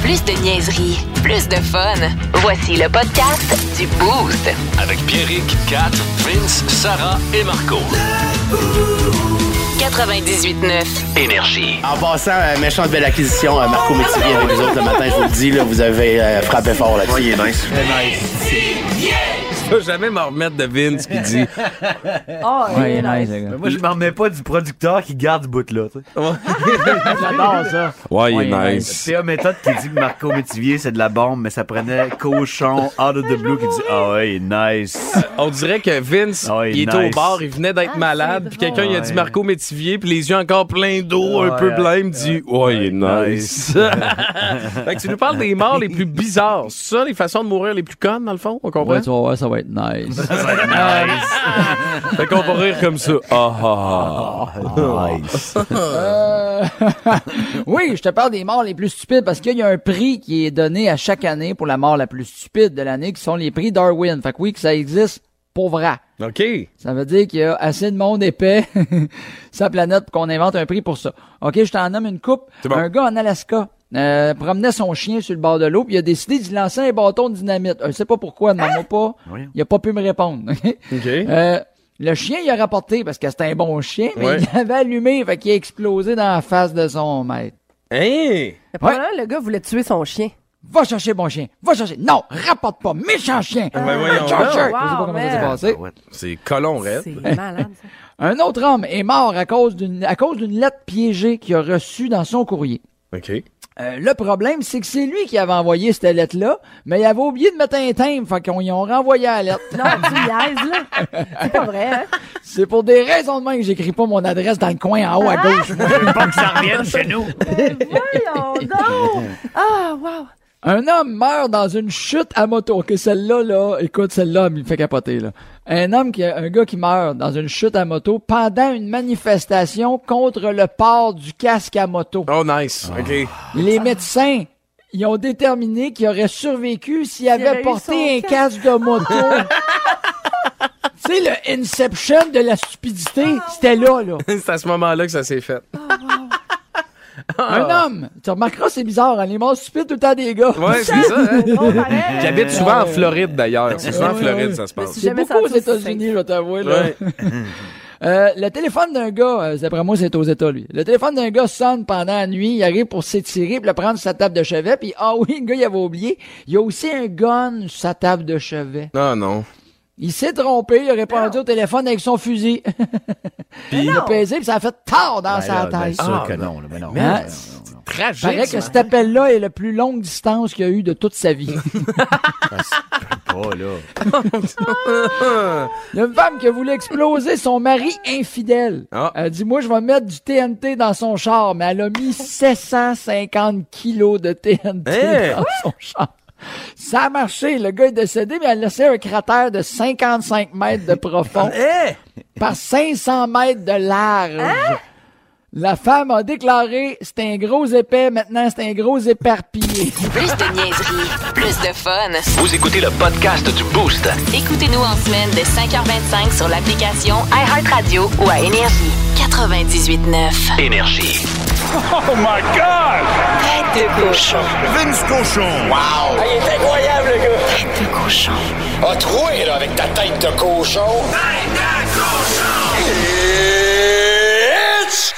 Plus de niaiserie, plus de fun. Voici le podcast du Boost. Avec Pierrick, Kat, Vince, Sarah et Marco. 98.9. Énergie. En passant, méchante belle acquisition, Marco Métivier avec nous autres le matin, je vous le dis, là, vous avez frappé fort là-dessus. Ouais, il est nice. Je vais jamais m'en remettre de Vince qui dit Ouais, il est nice, le gars. Moi, je m'en remets pas du producteur qui garde ce bout-là. Tu sais. J'adore ça. ouais, il Ouais, est il est nice. PA Méthode qui dit que Marco Métivier, c'est de la bombe, mais ça prenait Cochon, out of the blue, qui dit « Ah ouais, il est nice. On dirait que Vince, Ah ouais, il était nice. au bar, il venait d'être malade, puis quelqu'un il a dit Ouais. Marco Métivier, puis les yeux encore pleins d'eau, un Ouais. peu blancs, il me dit ouais, il est nice. Fait que tu nous parles des morts les plus bizarres. C'est ça, les façons de mourir les plus connes, dans le fond, on comprend? Ouais, tu vas voir, ça va être nice. Fait qu'on va rire comme ça. Nice. Oui, je te parle des morts les plus stupides parce qu'il y a un prix qui est donné à chaque année pour la mort la plus stupide de l'année, qui sont les prix Darwin. Fait que oui, que ça existe pour vrai. OK. Ça veut dire qu'il y a assez de monde épais sur la planète pour qu'on invente un prix pour ça. OK, je t'en nomme une coupe. C'est bon. Un gars en Alaska promenait son chien sur le bord de l'eau, puis il a décidé d'y lancer un bâton de dynamite. Je sais pas pourquoi, demande-moi pas. Voyons. Il a pas pu me répondre. OK. Le chien, il a rapporté parce que c'était un bon chien, mais Ouais. il l'avait allumé, fait qu'il a explosé dans la face de son maître. Hein? Probablement, le gars voulait tuer son chien. Va chercher mon chien. Va chercher. Non, rapporte pas. Méchant chien. Ben voyons Chercher. donc. Je sais pas comment ça s'est Wow, passé. C'est colon raide. C'est malade, ça. Un autre homme est mort à cause d'une lettre piégée qu'il a reçue dans son courrier. OK. Le problème, c'est que c'est lui qui avait envoyé cette lettre-là, mais il avait oublié de mettre un timbre, fait qu'on y ont renvoyé la lettre. Non, tu niaises, là. C'est pas vrai, hein? C'est pour des raisons de même que j'écris pas mon adresse dans le coin en haut à gauche. Pas que ça revienne chez nous. Voyons donc! Ah, wow! Un homme meurt dans une chute à moto. OK, celle-là, là, écoute, celle-là, elle me fait capoter, là. Un gars qui meurt dans une chute à moto pendant une manifestation contre le port du casque à moto. Oh, nice. OK. Les médecins, ils ont déterminé qu'il aurait survécu s'il avait avait eu porté son un casque de moto. Tu sais, le Inception de la stupidité, c'était là, là. C'est à ce moment-là que ça s'est fait. Un homme, tu remarqueras, c'est bizarre, hein, les morts stupides, tout le temps des gars. Ouais, c'est ça. Hein? Oh, pareil. J'habite souvent en Floride, d'ailleurs. C'est souvent en Floride, ça se passe. C'est jamais beaucoup aux senti aussi États-Unis, je vais t'avouer, là. Ouais. Le téléphone d'un gars, d'après moi, c'est aux États, lui. Le téléphone d'un gars sonne pendant la nuit, il arrive pour s'étirer, puis le prendre sur sa table de chevet, puis ah oui, le gars, il avait oublié. Il y a aussi un gun sur sa table de chevet. Non, non. Il s'est trompé, il a répondu au téléphone avec son fusil. Puis il a pesé, puis ça a fait tard dans sa Bien tête. sûr que non. Là, ben non. Hein? Tragique. Paraît que cet appel-là est la plus longue distance qu'il a eu de toute sa vie. Oh là. Il y a une femme qui a voulu exploser son mari infidèle. Ah. Elle dit, moi, je vais mettre du TNT dans son char, mais elle a mis 750 kilos de TNT Hein? dans son char. Ça a marché. Le gars est décédé, mais elle a laissé un cratère de 55 mètres de profond par 500 mètres de large. La femme a déclaré, c'est un gros épais, maintenant c'est un gros éparpillé. Plus de niaiserie, plus de fun. Vous écoutez le podcast du Boost. Écoutez-nous en semaine de 5h25 sur l'application iHeartRadio ou à Énergie. 98.9. Énergie. Tête de cochon. Vince Cochon. Wow! Il est incroyable, le gars. Tête de cochon. A troué, là, avec ta tête de cochon. Tête de cochon! It's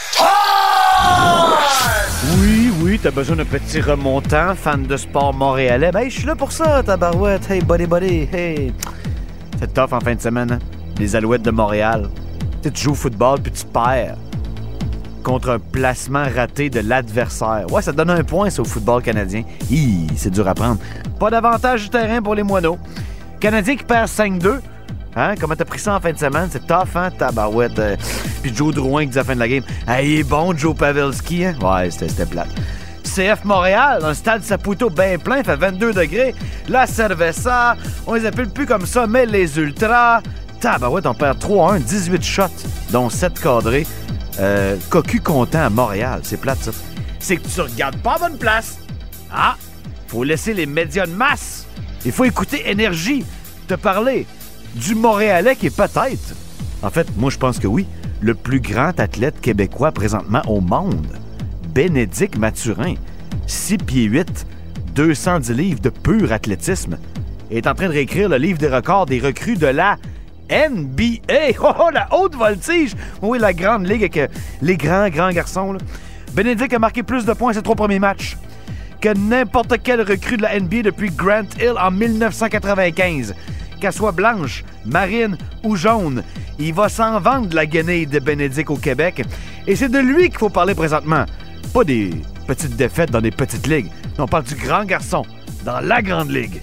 time! Oui, t'as besoin d'un petit remontant, fan de sport montréalais. Ben, je suis là pour ça, tabarouette. Hey, buddy, hey. C'est tough en fin de semaine, hein? Les Alouettes de Montréal. Tu sais, tu joues au football puis tu perds contre un placement raté de l'adversaire. Ouais, ça te donne un point, ça, au football canadien. C'est dur à prendre. Pas d'avantage du terrain pour les moineaux. Canadien qui perd 5-2. Hein? Comment t'as pris ça en fin de semaine? C'est tough, hein, tabarouette? Puis Joe Drouin qui dit à la fin de la game, « Hey, il est bon, Joe Pavelski, hein? » Ouais, c'était plate. CF Montréal, un stade Saputo bien plein, fait 22 degrés. La Cerveza, on les appelle plus comme ça, mais les Ultras. Tabarouette, on perd 3-1, 18 shots, dont 7 cadrés. Cocu content à Montréal, c'est plate, ça. C'est que tu regardes pas à bonne place. Ah, faut laisser les médias de masse. Il faut écouter Énergie te parler du Montréalais qui est peut-être, en fait, moi je pense que oui, le plus grand athlète québécois présentement au monde. Bénédicte Mathurin, 6 pieds 8, 210 livres de pur athlétisme et est en train de réécrire le livre des records des recrues de la NBA. Oh, la haute voltige! Oui, la grande ligue avec les grands garçons. Là. Bénédicte a marqué plus de points ses 3 premiers matchs que n'importe quelle recrue de la NBA depuis Grant Hill en 1995. Qu'elle soit blanche, marine ou jaune, il va s'en vendre de la guenille de Bénédicte au Québec. Et c'est de lui qu'il faut parler présentement. Pas des petites défaites dans des petites ligues. On parle du grand garçon dans la grande ligue.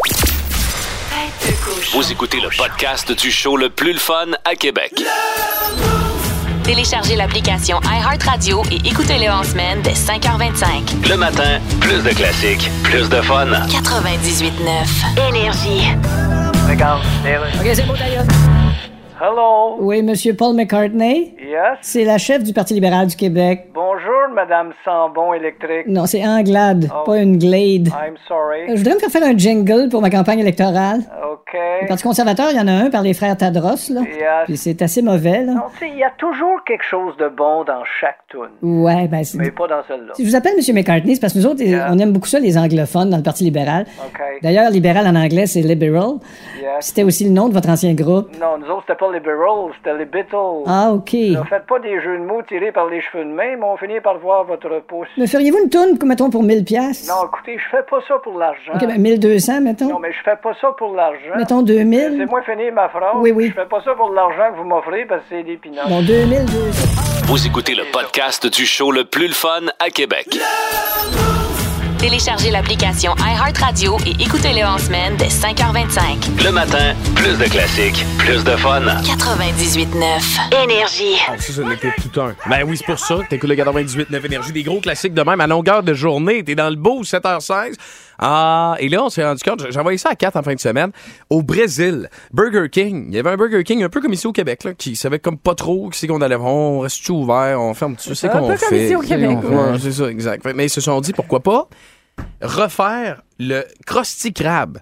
Vous écoutez le podcast du show le plus le fun à Québec. Téléchargez l'application iHeartRadio et écoutez-le en semaine dès 5h25. Le matin, plus de classiques, plus de fun. 98.9 Énergie. OK, c'est beau, d'ailleurs. Hello. Oui, Monsieur Paul McCartney? Yes. C'est la chef du Parti libéral du Québec. Bonjour, Madame Sambon électrique. Non, c'est Anglade, pas une Glade. I'm sorry. Je voudrais me faire un jingle pour ma campagne électorale. OK. Le Parti conservateur, il y en a un par les frères Tadros, là. Yes. Puis c'est assez mauvais, là. Non, tu sais, il y a toujours quelque chose de bon dans chaque tune. Ouais, ben c'est... Mais pas dans celle-là. Si je vous appelle Monsieur McCartney, c'est parce que nous autres, on aime beaucoup ça, les anglophones, dans le Parti libéral. OK. D'ailleurs, libéral en anglais, c'est liberal. Yes. C'était aussi le nom de votre ancien groupe. Non, nous autres, c'était pas les Beatles, c'était les Beatles. Ah, OK. Ne faites pas des jeux de mots tirés par les cheveux de main, mais on finit par voir votre pouce. Me feriez-vous une toune, mettons, pour 1000 piastres? Non, écoutez, je fais pas ça pour l'argent. OK, ben 1200, mettons. Non, mais je fais pas ça pour l'argent. Mettons 2000. C'est moi finir ma phrase. Oui, oui. Je fais pas ça pour l'argent que vous m'offrez parce que c'est des pinottes. Bon, 2200. Vous écoutez le podcast du show le plus le fun à Québec. Téléchargez l'application iHeartRadio et écoutez-le en semaine dès 5h25. Le matin, plus de classiques, plus de fun. 98.9 Énergie. Ah, ça n'était tout un. Ben oui, c'est pour ça que t'écoutes le 98.9 Énergie. Des gros classiques de même à longueur de journée. T'es dans le beau, 7h16. Ah, et là, on s'est rendu compte, j'ai envoyé ça à 4 en fin de semaine, au Brésil, Burger King. Il y avait un Burger King un peu comme ici au Québec, là, qui savait comme pas trop qui c'est qu'on allait. On reste ouvert, on ferme tout ça, c'est qu'on fait. Un peu comme ici au Québec. Ouais, c'est ça, exact. Mais ils se sont dit, pourquoi pas refaire le Krusty Krab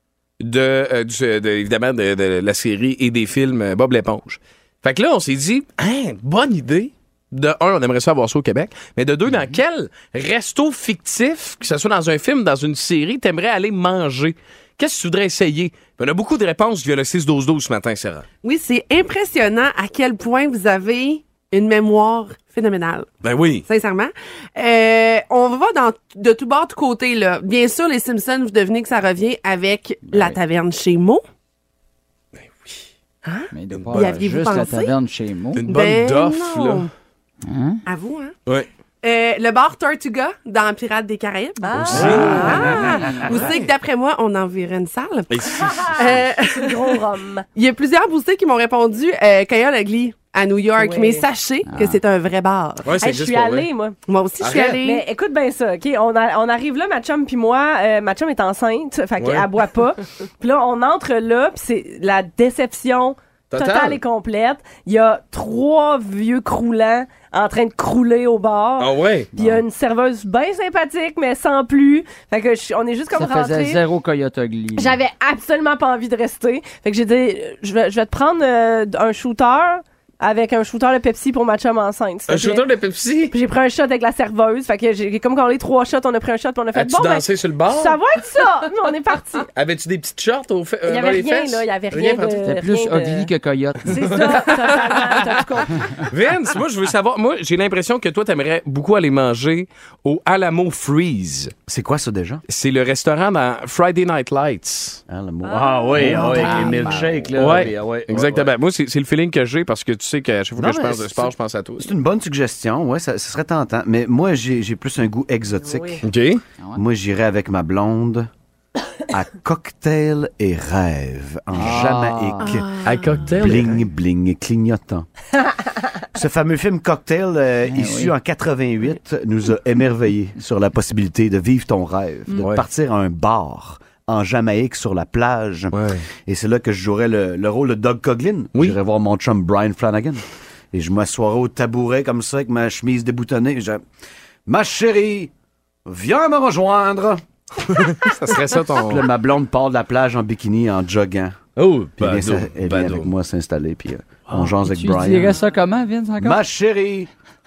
évidemment, de la série et des films Bob l'éponge. Fait que là, on s'est dit, bonne idée. De un, on aimerait ça avoir ça au Québec, mais de deux, dans quel resto fictif, que ce soit dans un film, dans une série, t'aimerais aller manger? Qu'est-ce que tu voudrais essayer? On a beaucoup de réponses via le 6-12-12 ce matin, Sarah. Oui, c'est impressionnant à quel point vous avez une mémoire phénoménale. Ben oui. Sincèrement. On va de tout bord, de côté, là. Bien sûr, les Simpsons, vous devinez que ça revient avec la taverne chez Mo. Ben oui. Hein? Mais il doit Y pas aviez-vous juste la pensé? taverne chez Mo. Une bonne doffe, là. Hein? À vous, hein? Oui. Le bar Tortuga dans Pirates des Caraïbes. Vous savez que d'après moi, on en verrait une salle. C'est gros rhum. Il y a plusieurs boostés qui m'ont répondu Kyle Ugly à New York, Oui. mais sachez que c'est un vrai bar. Ouais, Hey, je suis allée, moi. Moi aussi, je suis Arrête. allée. Mais écoute bien ça, OK? On arrive là, ma chum puis moi. Ma chum est enceinte, fait qu'elle boit pas. Puis là, on entre là, puis c'est la déception totale et complète. Il y a 3 vieux croulants en train de crouler au bar. Ah ouais? Puis il y a une serveuse bien sympathique, mais sans plus. Fait que on est juste comme Ça faisait rentrés. 0 Coyote Ugly. J'avais absolument pas envie de rester. Fait que j'ai dit, je vais te prendre un shooter avec un shooter de Pepsi pour ma chum enceinte. Un shooter de Pepsi? Puis j'ai pris un shot avec la serveuse. Fait que j'ai comme quand les 3 shots, on a pris un shot, puis on a fait As-tu dansé sur le bar? ça va être ça. Nous, on est parti. Avais-tu des petites shorts Il y avait dans les rien, fesses? là. Il y avait rien de. C'était plus rien de- Ugly que Coyote. C'est ça, totalement. T'as tout compris. Vince, moi, je veux savoir. Moi, j'ai l'impression que toi, t'aimerais beaucoup aller manger au Alamo Freeze. C'est quoi ça déjà? C'est le restaurant dans Friday Night Lights. Avec les milkshakes, là. Ouais, exactement. Moi, c'est le feeling que j'ai parce que tu sais qu'à chaque fois Non, que je mais pense de sport, je pense à toi. C'est une bonne suggestion, ouais, ça serait tentant. Mais moi, j'ai plus un goût exotique. Oui. OK. Moi, j'irais avec ma blonde à Cocktail et Rêve en Jamaïque. À cocktail. Bling, bling, clignotant. Ce fameux film Cocktail, issu en 88, nous a émerveillés sur la possibilité de vivre ton rêve, de partir à un bar en Jamaïque sur la plage. Ouais. Et c'est là que je jouerais le rôle de Doug Coughlin. Oui. J'irais voir mon chum Brian Flanagan. Et je m'assoirais au tabouret comme ça avec ma chemise déboutonnée. Ma chérie, viens me rejoindre. Ça serait ça ton. Puis là, ma blonde part de la plage en bikini en joguant. Oh, Puis elle vient avec moi s'installer. Puis on jase avec Tu Brian. dirais ça comment, Vince, encore? Ma chérie,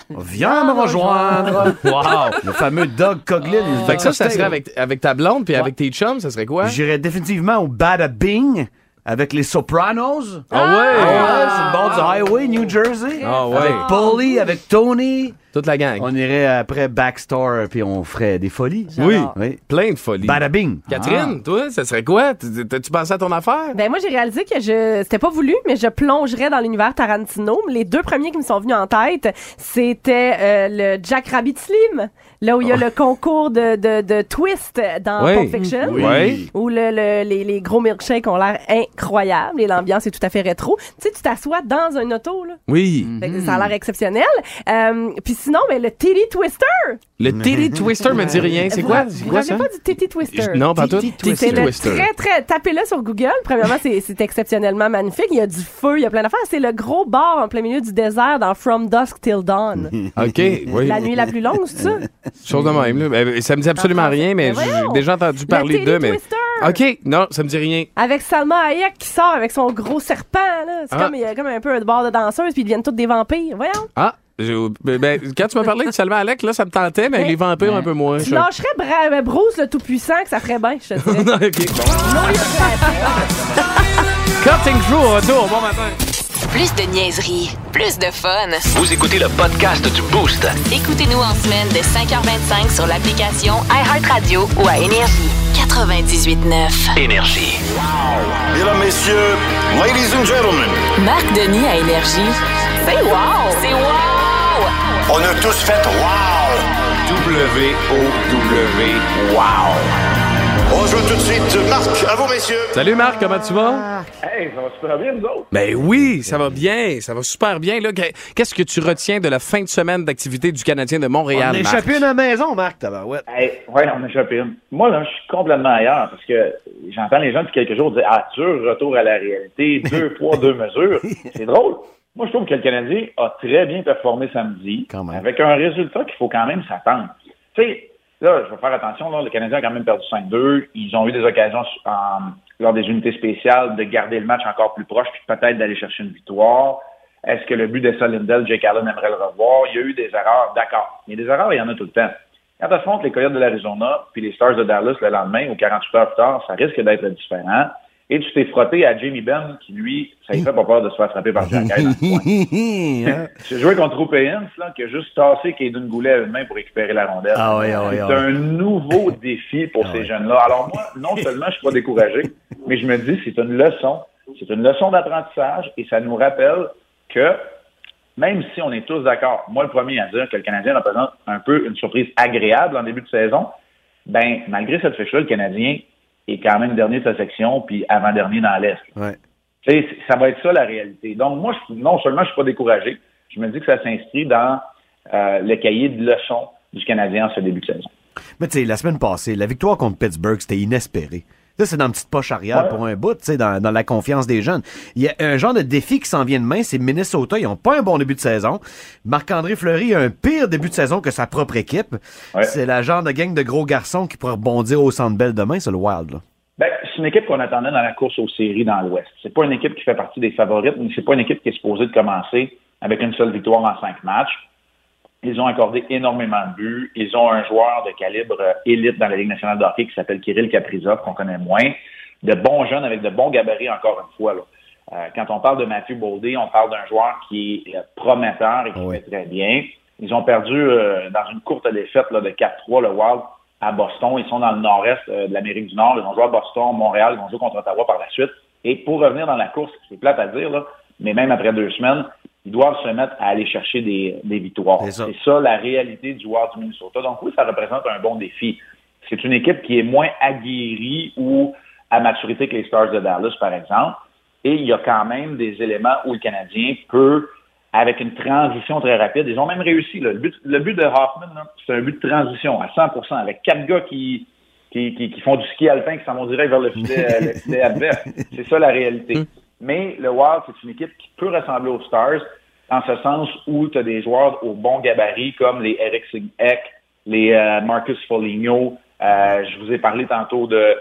Viens me rejoindre. Wow! Le fameux Doug Coughlin. Fait que ça serait avec ta blonde puis avec tes chums, ça serait quoi? J'irais définitivement au Bada Bing avec les Sopranos. Ah ouais? C'est le bord du Highway, New Jersey. Ah ouais. Avec Paulie, avec Tony. Toute la gang. On irait après Backstore puis on ferait des folies. Oui. Plein de folies. Bada Bing. Catherine, toi, ça serait quoi? T'as-tu pensé à ton affaire? Ben moi, j'ai réalisé que c'était pas voulu, mais je plongerais dans l'univers Tarantino. Les deux premiers qui me sont venus en tête, c'était le Jack Rabbit Slim, là où il y a le concours de twist dans Pulp Fiction, où les gros milkshakes ont l'air incroyables et l'ambiance est tout à fait rétro. Tu sais, tu t'assois dans un auto, là. Oui. Fait que ça a l'air exceptionnel. Puis sinon, ben, le Titty Twister. Le Titty Twister me dit rien. C'est quoi? Vous ne pas du Titty Twister? Non, pas tout. C'est le tapez-le sur Google. Premièrement, c'est exceptionnellement magnifique. Il y a du feu, il y a plein d'affaires. C'est le gros bar en plein milieu du désert dans From Dusk Till Dawn. OK, oui. La nuit la plus longue, c'est ça? Chose de même, là. Ça me dit absolument rien, mais j'ai déjà entendu parler d'eux. Mais... OK, non, ça me dit rien. Avec Salma Hayek qui sort avec son gros serpent, là. C'est comme, il y a comme un peu un bar de danseuses, puis ils deviennent tous des vampires. Voyons. Ah! Quand tu m'as parlé de Salma Hayek, là, ça me tentait, mais les vampires un peu moins. Tu lâcherais Bruce le Tout-Puissant, que ça ferait bien, je te dirais. OK, bon. Cutting Crew, au retour, bon matin. Plus de niaiserie, plus de fun. Vous écoutez le podcast du Boost. Écoutez-nous en semaine de 5h25 sur l'application iHeartRadio ou à Énergie. 98.9. Énergie. Mesdames, messieurs, ladies and gentlemen, Marc Denis à Énergie. C'est wow! C'est wow! on a tous fait wow! W-O-W. Wow. On joue tout de suite. Marc, à vous, messieurs. Salut Marc, comment tu vas? Hey, ça va super bien, nous autres. Ben oui, ça va bien, ça va super bien. Là. Qu'est-ce que tu retiens de la fin de semaine d'activité du Canadien de Montréal, On a Marc? échappé une à la maison, Marc, tabarouette. Hey, ouais, on a échappé une. Moi, là, je suis complètement ailleurs parce que j'entends les gens depuis quelques jours dire dur retour à la réalité, 2 poids, 2 mesures. C'est drôle. Moi, je trouve que le Canadien a très bien performé samedi, avec un résultat qu'il faut quand même s'attendre. Tu sais, là, je vais faire attention, là, le Canadien a quand même perdu 5-2. Ils ont eu des occasions lors des unités spéciales de garder le match encore plus proche, puis peut-être d'aller chercher une victoire. Est-ce que le but d'Essa Lindell, Jake Allen aimerait le revoir? Il y a eu des erreurs, d'accord. Mais des erreurs, il y en a tout le temps. Quand affronte les Coyotes de l'Arizona, puis les Stars de Dallas le lendemain, ou 48 heures plus tard, ça risque d'être différent. Et tu t'es frotté à Jamie Benn, qui, lui, ça lui fait pas peur de se faire frapper par Jack Eichel dans le coin. J'ai joué contre Rupe Hintz, là, qui a juste tassé Caden Goulet à une main pour récupérer la rondelle. C'est un nouveau défi pour ces jeunes-là. Alors moi, non seulement je suis pas découragé, mais je me dis c'est une leçon. C'est une leçon d'apprentissage et ça nous rappelle que même si on est tous d'accord, moi le premier à dire que le Canadien représente un peu une surprise agréable en début de saison, ben malgré cette fiche-là, le Canadien est quand même dernier de sa section, puis avant-dernier dans l'Est. Ouais. Tu sais, ça va être ça la réalité. Donc moi, non seulement je suis pas découragé, je me dis que ça s'inscrit dans le cahier de leçons du Canadien en ce début de saison. Mais tu sais, la semaine passée, la victoire contre Pittsburgh, c'était inespéré. Là, c'est dans une petite poche arrière pour un bout, tu sais, dans la confiance des jeunes. Il y a un genre de défi qui s'en vient demain, c'est Minnesota. Ils n'ont pas un bon début de saison. Marc-André Fleury a un pire début de saison que sa propre équipe. Ouais. C'est la genre de gang de gros garçons qui pourrait rebondir au Centre Bell demain, c'est le Wild, là. Ben, c'est une équipe qu'on attendait dans la course aux séries dans l'Ouest. C'est pas une équipe qui fait partie des favorites, mais c'est pas une équipe qui est supposée de commencer avec une seule victoire en 5 matchs. Ils ont accordé énormément de buts. Ils ont un joueur de calibre élite dans la Ligue nationale de hockey qui s'appelle Kirill Kaprizov, qu'on connaît moins. De bons jeunes avec de bons gabarits, encore une fois, là. Quand on parle de Matthew Boldy, on parle d'un joueur qui est prometteur et qui fait très bien. Ils ont perdu dans une courte défaite là, de 4-3, le Wild, à Boston. Ils sont dans le nord-est de l'Amérique du Nord. Ils vont jouer à Boston, Montréal. Ils vont jouer contre Ottawa par la suite. Et pour revenir dans la course, c'est plate à dire, là, mais même après 2 semaines, ils doivent se mettre à aller chercher des victoires. C'est ça la réalité du joueur du Minnesota. Donc oui, ça représente un bon défi. C'est une équipe qui est moins aguerrie ou à maturité que les Stars de Dallas, par exemple. Et il y a quand même des éléments où le Canadien peut, avec une transition très rapide, ils ont même réussi. Là. Le but de Hoffman, là, c'est un but de transition à 100%, avec 4 gars qui font du ski alpin, qui s'en vont direct vers le filet adverse. C'est ça la réalité. Mais le Wild, c'est une équipe qui peut ressembler aux Stars, en ce sens où tu as des joueurs au bon gabarit, comme les Eric Sigek, les Marcus Foligno. Je vous ai parlé tantôt de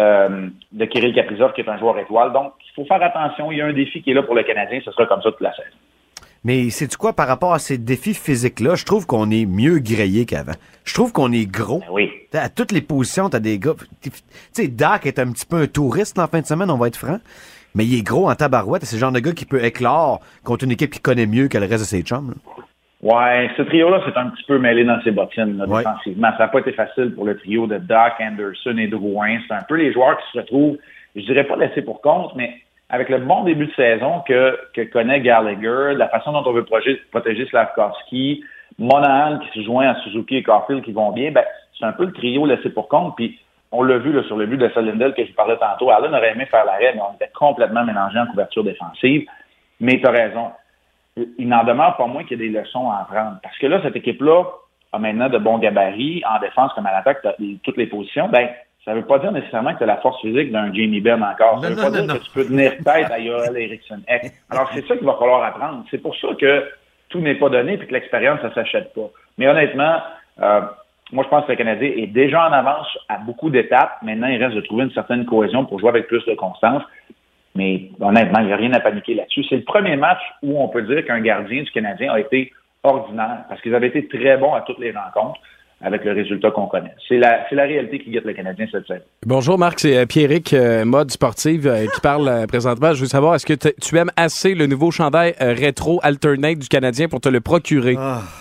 Kirill Kaprizov, qui est un joueur étoile. Donc, il faut faire attention. Il y a un défi qui est là pour le Canadien. Ce sera comme ça toute la saison. Mais sais-tu quoi, par rapport à ces défis physiques-là, je trouve qu'on est mieux grillé qu'avant. Je trouve qu'on est gros. Ben oui. À toutes les positions, t'as des gars... Tu sais, Dak est un petit peu un touriste en fin de semaine, on va être franc. Mais il est gros en tabarouette. C'est le genre de gars qui peut éclore contre une équipe qui connaît mieux que le reste de ses chums. Là. Ouais, ce trio-là, c'est un petit peu mêlé dans ses bottines, là, défensivement. Ça n'a pas été facile pour le trio de Dak, Anderson et Drouin. C'est un peu les joueurs qui se retrouvent, je dirais pas laissés pour compte, mais avec le bon début de saison que connaît Gallagher, la façon dont on veut protéger Slavkovski, Monahan qui se joint à Suzuki et Caulfield qui vont bien, ben, c'est un peu le trio laissé pour compte. Puis on l'a vu là, sur le but de Lindell que je parlais tantôt. Allen aurait aimé faire l'arrêt, mais on était complètement mélangés en couverture défensive. Mais tu as raison. Il n'en demeure pas moins qu'il y a des leçons à apprendre. Parce que là, cette équipe-là a maintenant de bons gabarits, en défense comme à l'attaque, toutes les positions. Ben, ça veut pas dire nécessairement que tu as la force physique d'un Jamie Benn encore. Ça veut pas dire que tu peux tenir tête à Joel Eriksson-Ek. Alors, c'est ça qu'il va falloir apprendre. C'est pour ça que tout n'est pas donné et que l'expérience, ça s'achète pas. Mais honnêtement, moi, je pense que le Canadien est déjà en avance à beaucoup d'étapes. Maintenant, il reste de trouver une certaine cohésion pour jouer avec plus de constance. Mais honnêtement, il n'y a rien à paniquer là-dessus. C'est le premier match où on peut dire qu'un gardien du Canadien a été ordinaire parce qu'ils avaient été très bons à toutes les rencontres avec le résultat qu'on connaît. C'est la réalité qui guette le Canadien cette saison. Bonjour Marc, c'est Pierrick, mode sportive, qui parle présentement. Je veux savoir, est-ce que tu aimes assez le nouveau chandail rétro alternate du Canadien pour te le procurer?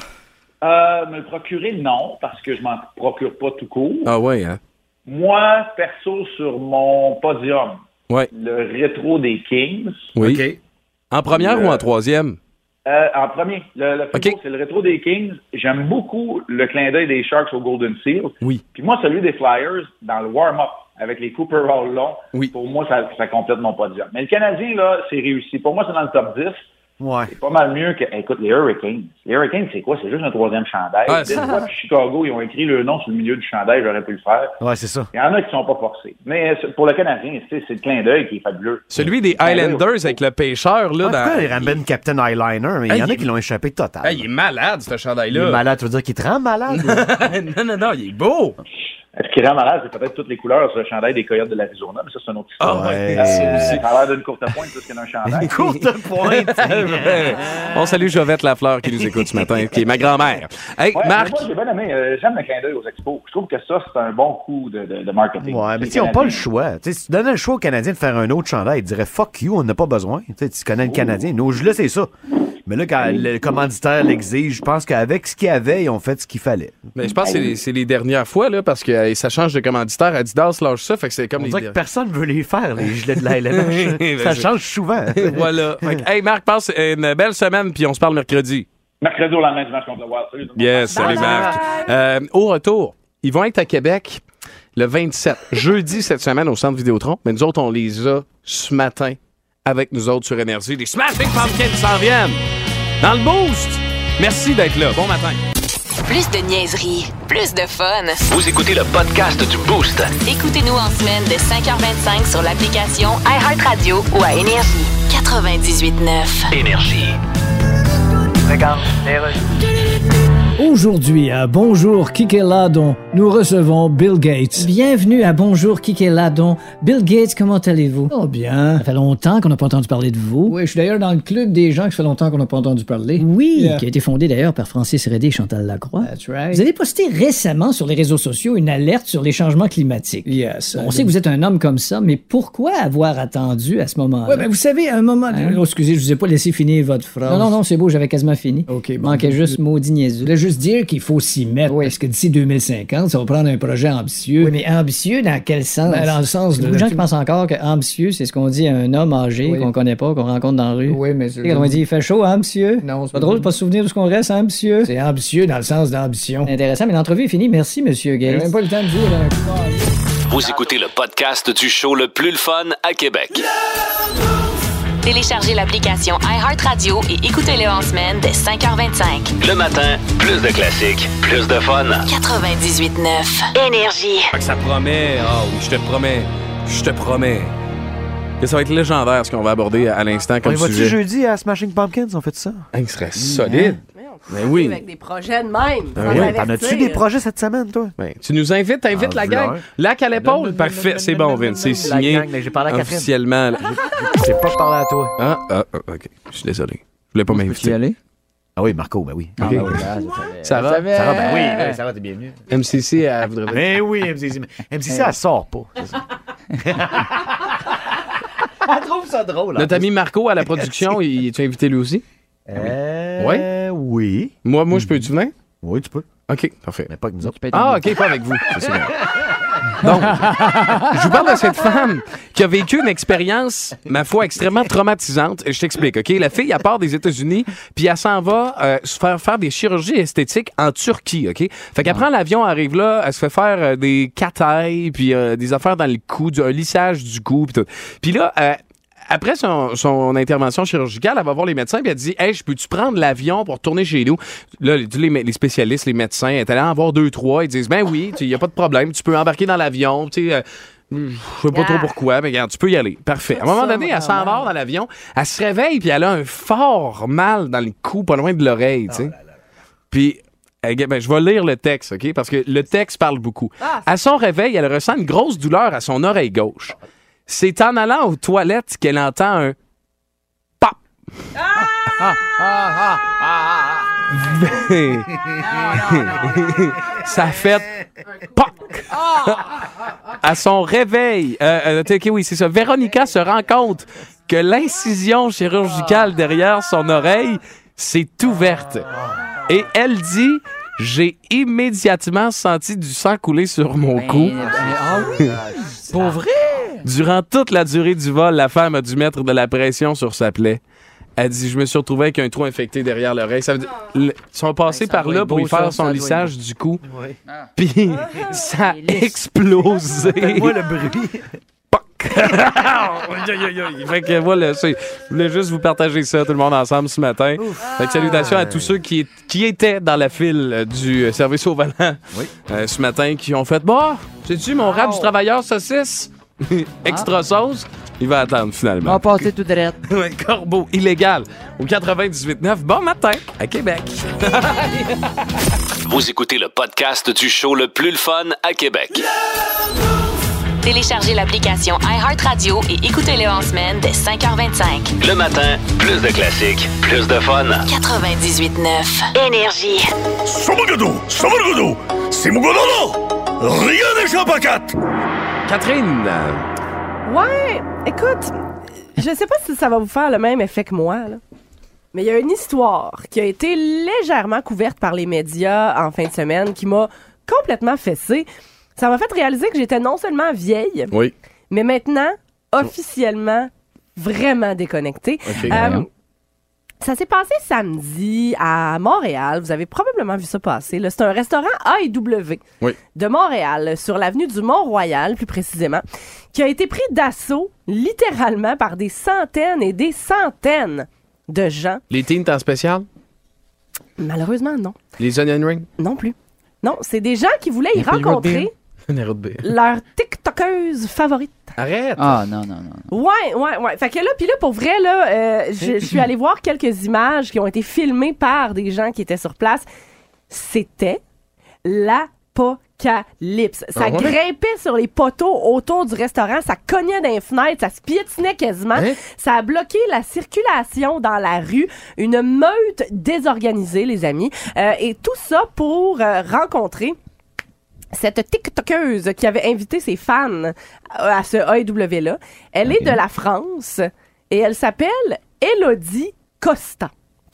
Me le procurer, non, parce que je m'en procure pas tout court. Ah oui, hein? Moi, perso, sur mon podium, le rétro des Kings. Oui. Okay. En première ou en troisième? En premier. Le plus beau, c'est le rétro des Kings. J'aime beaucoup le clin d'œil des Sharks au Golden Seal. Oui. Puis moi, celui des Flyers, dans le warm-up, avec les Cooper Hall longs, pour moi, ça complète mon podium. Mais le Canadien, là, c'est réussi. Pour moi, c'est dans le top 10. Ouais. C'est pas mal mieux que... Écoute, les Hurricanes. Les Hurricanes, c'est quoi? C'est juste un troisième chandail. Ah, Détroit et Chicago, ils ont écrit le nom sur le milieu du chandail. J'aurais pu le faire. Ouais, c'est ça. Il y en a qui sont pas forcés. Mais pour le Canadien, c'est le clin d'œil qui est fabuleux. Celui des Highlanders avec le pêcheur, là. Pourquoi il ramène Captain Eyeliner? Mais il y en a qui l'ont échappé total. Il est malade, ce chandail-là. Il est malade, tu veux dire qu'il te rend malade? Non, il est beau. Ce qui rend malade, c'est peut-être toutes les couleurs sur le chandail des Coyotes de l'Arizona, mais ça, c'est une autre histoire. Ça a l'air d'une courte pointe plus qu'un chandail. Une courte pointe! On salue Jovette Lafleur qui nous écoute ce matin, qui est ma grand-mère. Hey, Marc! Moi, j'ai bien aimé. J'aime le clin d'œil aux expos. Je trouve que ça, c'est un bon coup de marketing. Ouais, mais ils n'ont pas le choix. T'sais, si tu donnais le choix aux Canadiens de faire un autre chandail, ils diraient « Fuck you, on n'a pas besoin. » Tu connais le Canadien. Nos jeux-là, c'est ça. Mais là, quand le commanditaire l'exige, je pense qu'avec ce qu'il y avait, ils ont fait ce qu'il fallait. Mais je pense que c'est les dernières fois, là, parce que ça change de commanditaire. Adidas lâche ça, fait que c'est comme on dirait que personne veut les faire, les gilets de la LNH. Ça change souvent. Voilà. Hey, Marc, passe une belle semaine, puis on se parle mercredi. Mercredi au lendemain du match contre le Wild. Salut. Yes, salut Marc. Au retour, ils vont être à Québec le 27, jeudi cette semaine au Centre Vidéotron. Mais nous autres, on les a ce matin avec nous autres sur Énergie. Les Smashing Pumpkins s'en viennent dans le Boost. Merci d'être là. Bon matin. Plus de niaiserie, plus de fun. Vous écoutez le podcast du Boost. Écoutez-nous en semaine de 5h25 sur l'application iHeartRadio ou à Énergie. 98.9. Énergie. Regarde, Aujourd'hui à Bonjour Kikeladon, nous recevons Bill Gates. Bienvenue à Bonjour Kikeladon. Bill Gates, comment allez-vous? Oh bien. Ça fait longtemps qu'on n'a pas entendu parler de vous. Oui, je suis d'ailleurs dans le club des gens qui fait longtemps qu'on n'a pas entendu parler. Oui, qui a été fondé d'ailleurs par Francis Redé et Chantal Lacroix. That's right. Vous avez posté récemment sur les réseaux sociaux une alerte sur les changements climatiques. Yes. On sait que vous êtes un homme comme ça, mais pourquoi avoir attendu à ce moment-là? Oui, mais vous savez, à un moment... Oh, excusez, je vous ai pas laissé finir votre phrase. Non, c'est beau, j'avais quasiment fini. OK. Manquait juste maudit niaiseux. Je voulais juste dire qu'il faut s'y mettre, parce que d'ici 2050, ça va prendre un projet ambitieux. Oui, mais ambitieux dans quel sens? Ben, dans le sens de... Il y a beaucoup de gens qui pensent encore que ambitieux, c'est ce qu'on dit à un homme âgé qu'on connaît pas, qu'on rencontre dans la rue. Oui, mais... Quand on dit « il fait chaud, hein, monsieur? » Non, c'est pas drôle de pas se souvenir de ce qu'on reste, hein, monsieur? C'est ambitieux dans le sens d'ambition. Intéressant, mais l'entrevue est finie. Merci, monsieur Gates. J'ai même pas le temps de dire un coup. Vous écoutez le podcast du show le plus le fun à Québec. Téléchargez l'application iHeartRadio et écoutez-le en semaine dès 5h25. Le matin, plus de classiques, plus de fun. 98.9. Énergie. Ça promet. Ah oui, je te promets. Que ça va être légendaire ce qu'on va aborder à l'instant comme sujet. Va-tu jeudi à Smashing Pumpkins, on fait ça? Ce serait solide. Mais oui. Avec des projets de même. Oui. T'en as-tu des projets cette semaine, toi? Oui. Tu nous invites, la gang. Lac à l'épaule. Parfait, c'est bon, Vince. C'est signé j'ai parlé à Catherine. officiellement. J'ai pas parlé à toi. OK. Je suis désolé. voulais pas m'inviter. Peux-tu y aller? Ah oui, Marco, ben oui. Ah, Okay. ben oui, là, Sarah, ben oui, Sarah, t'es bienvenue. MCC, elle voudrait... Ben oui, MCC. MCC, elle sort pas. C'est ça. Elle trouve ça drôle. Notre ami Marco à la production, es-tu invité lui aussi? Oui. Moi, je peux-tu venir? Oui, tu peux. OK, parfait. Mais pas avec nous autres. Ah, OK, pas avec vous. C'est bon. Donc, je vous parle de cette femme qui a vécu une expérience, ma foi, extrêmement traumatisante. Je t'explique, OK? La fille, elle part des États-Unis, puis elle s'en va se faire des chirurgies esthétiques en Turquie, OK? Fait qu'elle prend l'avion, elle arrive là, elle se fait faire des catailles, puis des affaires dans le cou, un lissage du cou, puis tout. Puis là, après son intervention chirurgicale, elle va voir les médecins et elle dit « Hey, je peux-tu prendre l'avion pour retourner chez nous? » Là, les spécialistes, les médecins, elle est allée en voir 2-3. Ils disent « Ben oui, il n'y a pas de problème. Tu peux embarquer dans l'avion. Tu sais, je sais pas trop pourquoi, mais regarde, tu peux y aller. » Parfait. À un moment donné, elle s'en va dans l'avion. Elle se réveille puis elle a un fort mal dans le cou, pas loin de l'oreille. Tu sais. Puis... je vais lire le texte, OK? Parce que le texte parle beaucoup. À son réveil, elle ressent une grosse douleur à son oreille gauche. C'est en allant aux toilettes qu'elle entend un pop. Ça fait pop. À son réveil, oui, c'est ça. Véronica se rend compte que l'incision chirurgicale derrière son oreille s'est ouverte. Et elle dit... J'ai immédiatement senti du sang couler sur mon cou. Pour vrai? Durant toute la durée du vol, la femme a dû mettre de la pression sur sa plaie. Elle dit, je me suis retrouvé avec un trou infecté derrière l'oreille. Ça veut dire, ils sont passés par là pour lui faire son lissage du cou. Puis ça a explosé. Fais-moi le bruit. Fait que voilà, je voulais juste vous partager ça, tout le monde ensemble ce matin. Fait que salutations à tous ceux qui étaient dans la file du service au volant ce matin, qui ont fait, sais-tu, mon rap du travailleur saucisse, extra sauce, il va attendre finalement. On va passer tout direct. Corbeau, illégal, au 98.9, bon matin, à Québec. Vous écoutez le podcast du show le plus le fun à Québec. Téléchargez l'application iHeartRadio et écoutez-le en semaine dès 5h25. Le matin, plus de classiques, plus de fun. 98.9 Énergie. Somagodo, c'est mon godono. Rien n'échappe à 4. Catherine. Ouais, écoute, je sais pas si ça va vous faire le même effet que moi, là. Mais il y a une histoire qui a été légèrement couverte par les médias en fin de semaine qui m'a complètement fessée. Ça m'a fait réaliser que j'étais non seulement vieille, mais maintenant, officiellement, vraiment déconnectée. Ça s'est passé samedi à Montréal. Vous avez probablement vu ça passer. Là. C'est un restaurant A&W de Montréal, sur l'avenue du Mont-Royal, plus précisément, qui a été pris d'assaut, littéralement, par des centaines et des centaines de gens. Les teens en spécial? Malheureusement, non. Les onion rings? Non plus. Non, c'est des gens qui voulaient y rencontrer leur TikTokeuse favorite. Arrête! Ah, non. Ouais. Fait que là, puis là, pour vrai, là, je suis allée voir quelques images qui ont été filmées par des gens qui étaient sur place. C'était l'apocalypse. Ça grimpait sur les poteaux autour du restaurant, ça cognait dans les fenêtres, ça se piétinait quasiment. Ça a bloqué la circulation dans la rue. Une meute désorganisée, les amis. Et tout ça pour rencontrer cette TikTokeuse qui avait invité ses fans à ce AEW-là. Elle est de la France et elle s'appelle Élodie Costa.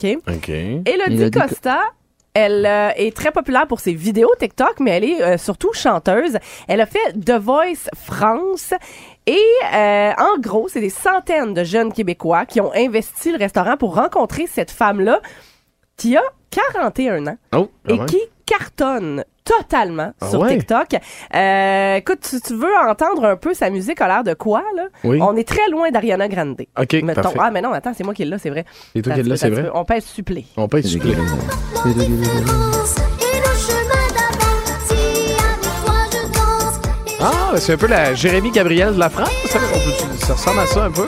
Élodie Costa, elle est très populaire pour ses vidéos TikTok, mais elle est surtout chanteuse. Elle a fait The Voice France et en gros, c'est des centaines de jeunes Québécois qui ont investi le restaurant pour rencontrer cette femme-là qui a 41 ans et qui cartonne totalement sur TikTok. Écoute, si tu veux entendre un peu sa musique, a l'air de quoi, là? On est très loin d'Ariana Grande. OK, parfait. Ah, mais non, attends, c'est moi qui l'ai là, c'est vrai. C'est toi qui l'ai là, c'est vrai? On pèse supplé. Ah, c'est un peu la Jérémy Gabriel de la France. Ça ressemble à ça un peu.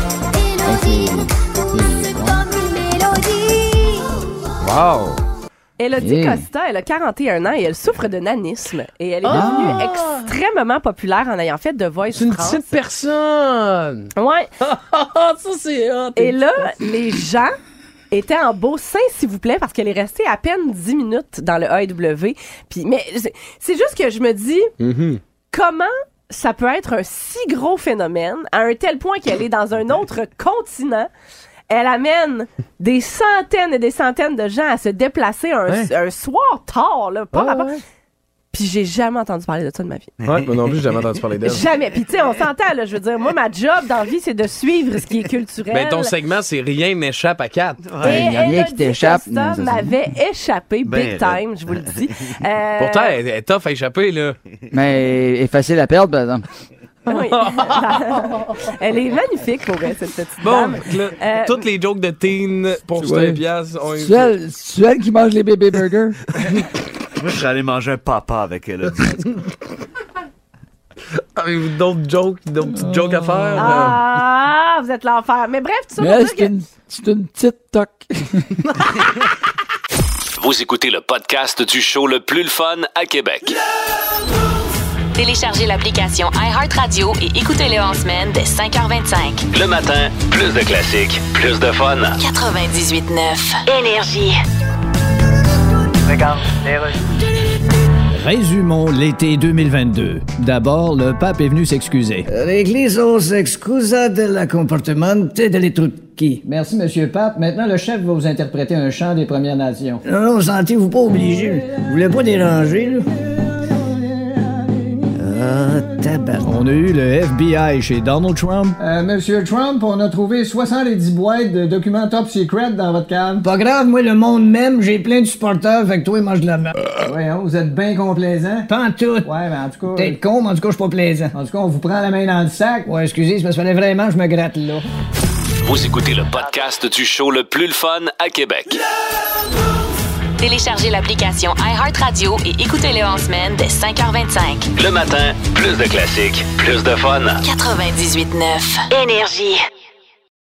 Wow! Elodie Costa, elle a 41 ans et elle souffre de nanisme. Et elle est devenue extrêmement populaire en ayant fait The Voice France. C'est une petite personne! Ouais. Ça, c'est hot. Et là, les gens étaient en beau sein, s'il vous plaît, parce qu'elle est restée à peine 10 minutes dans le AEW. Puis, mais c'est juste que je me dis, comment ça peut être un si gros phénomène à un tel point qu'elle est dans un autre continent. Elle amène des centaines et des centaines de gens à se déplacer un soir tard, là, pas rapport. Puis j'ai jamais entendu parler de ça de ma vie. Ouais, moi non plus, j'ai jamais entendu parler d'elle. Jamais. Puis tu sais, on s'entend, là, je veux dire, moi, ma job dans la vie, c'est de suivre ce qui est culturel. Ben, ton segment, c'est rien n'échappe à 4. Il n'y a rien qui t'échappe. Ça m'avait échappé big time, je vous le dis. Pourtant, elle est tough à échapper, là. Mais elle est facile à perdre, par exemple. Oui. Elle est magnifique pour elle, cette petite dame. Là, toutes les jokes de teen pour 5 piastres ont été... C'est elle qui mange les bébés burgers? Moi, je serais allé manger un papa avec elle. Avez-vous d'autres petites jokes à faire? Ah, vous êtes l'enfer. Mais bref, tout ça pour dire que... C'est une petite toque. Vous écoutez le podcast du show le plus le fun à Québec. Téléchargez l'application iHeartRadio et écoutez-le en semaine dès 5h25. Le matin, plus de classiques, plus de fun. 98.9 Énergie. Regarde, Résumons l'été 2022. D'abord, le pape est venu s'excuser. L'Église s'excusa del comportamento delle trucchi. Merci, monsieur pape. Maintenant, le chef va vous interpréter un chant des Premières Nations. Non, sentez-vous pas obligé. Vous voulez pas déranger, là? On a eu le FBI chez Donald Trump. Monsieur Trump, on a trouvé 70 boîtes de documents top secret dans votre cave. Pas grave, moi, le monde même, j'ai plein de supporters, fait que toi, mange de la merde. Voyons, vous êtes bien complaisant. Pas en tout. Ouais, mais en tout cas... Peut-être con, mais en tout cas, je suis pas plaisant. En tout cas, on vous prend la main dans le sac. Ouais, excusez, c'est parce qu'il fallait vraiment que je me gratte là. Vous écoutez le podcast du show le plus le fun à Québec. Téléchargez l'application iHeartRadio et écoutez-le en semaine dès 5h25. Le matin, plus de classiques, plus de fun. 98.9 Énergie.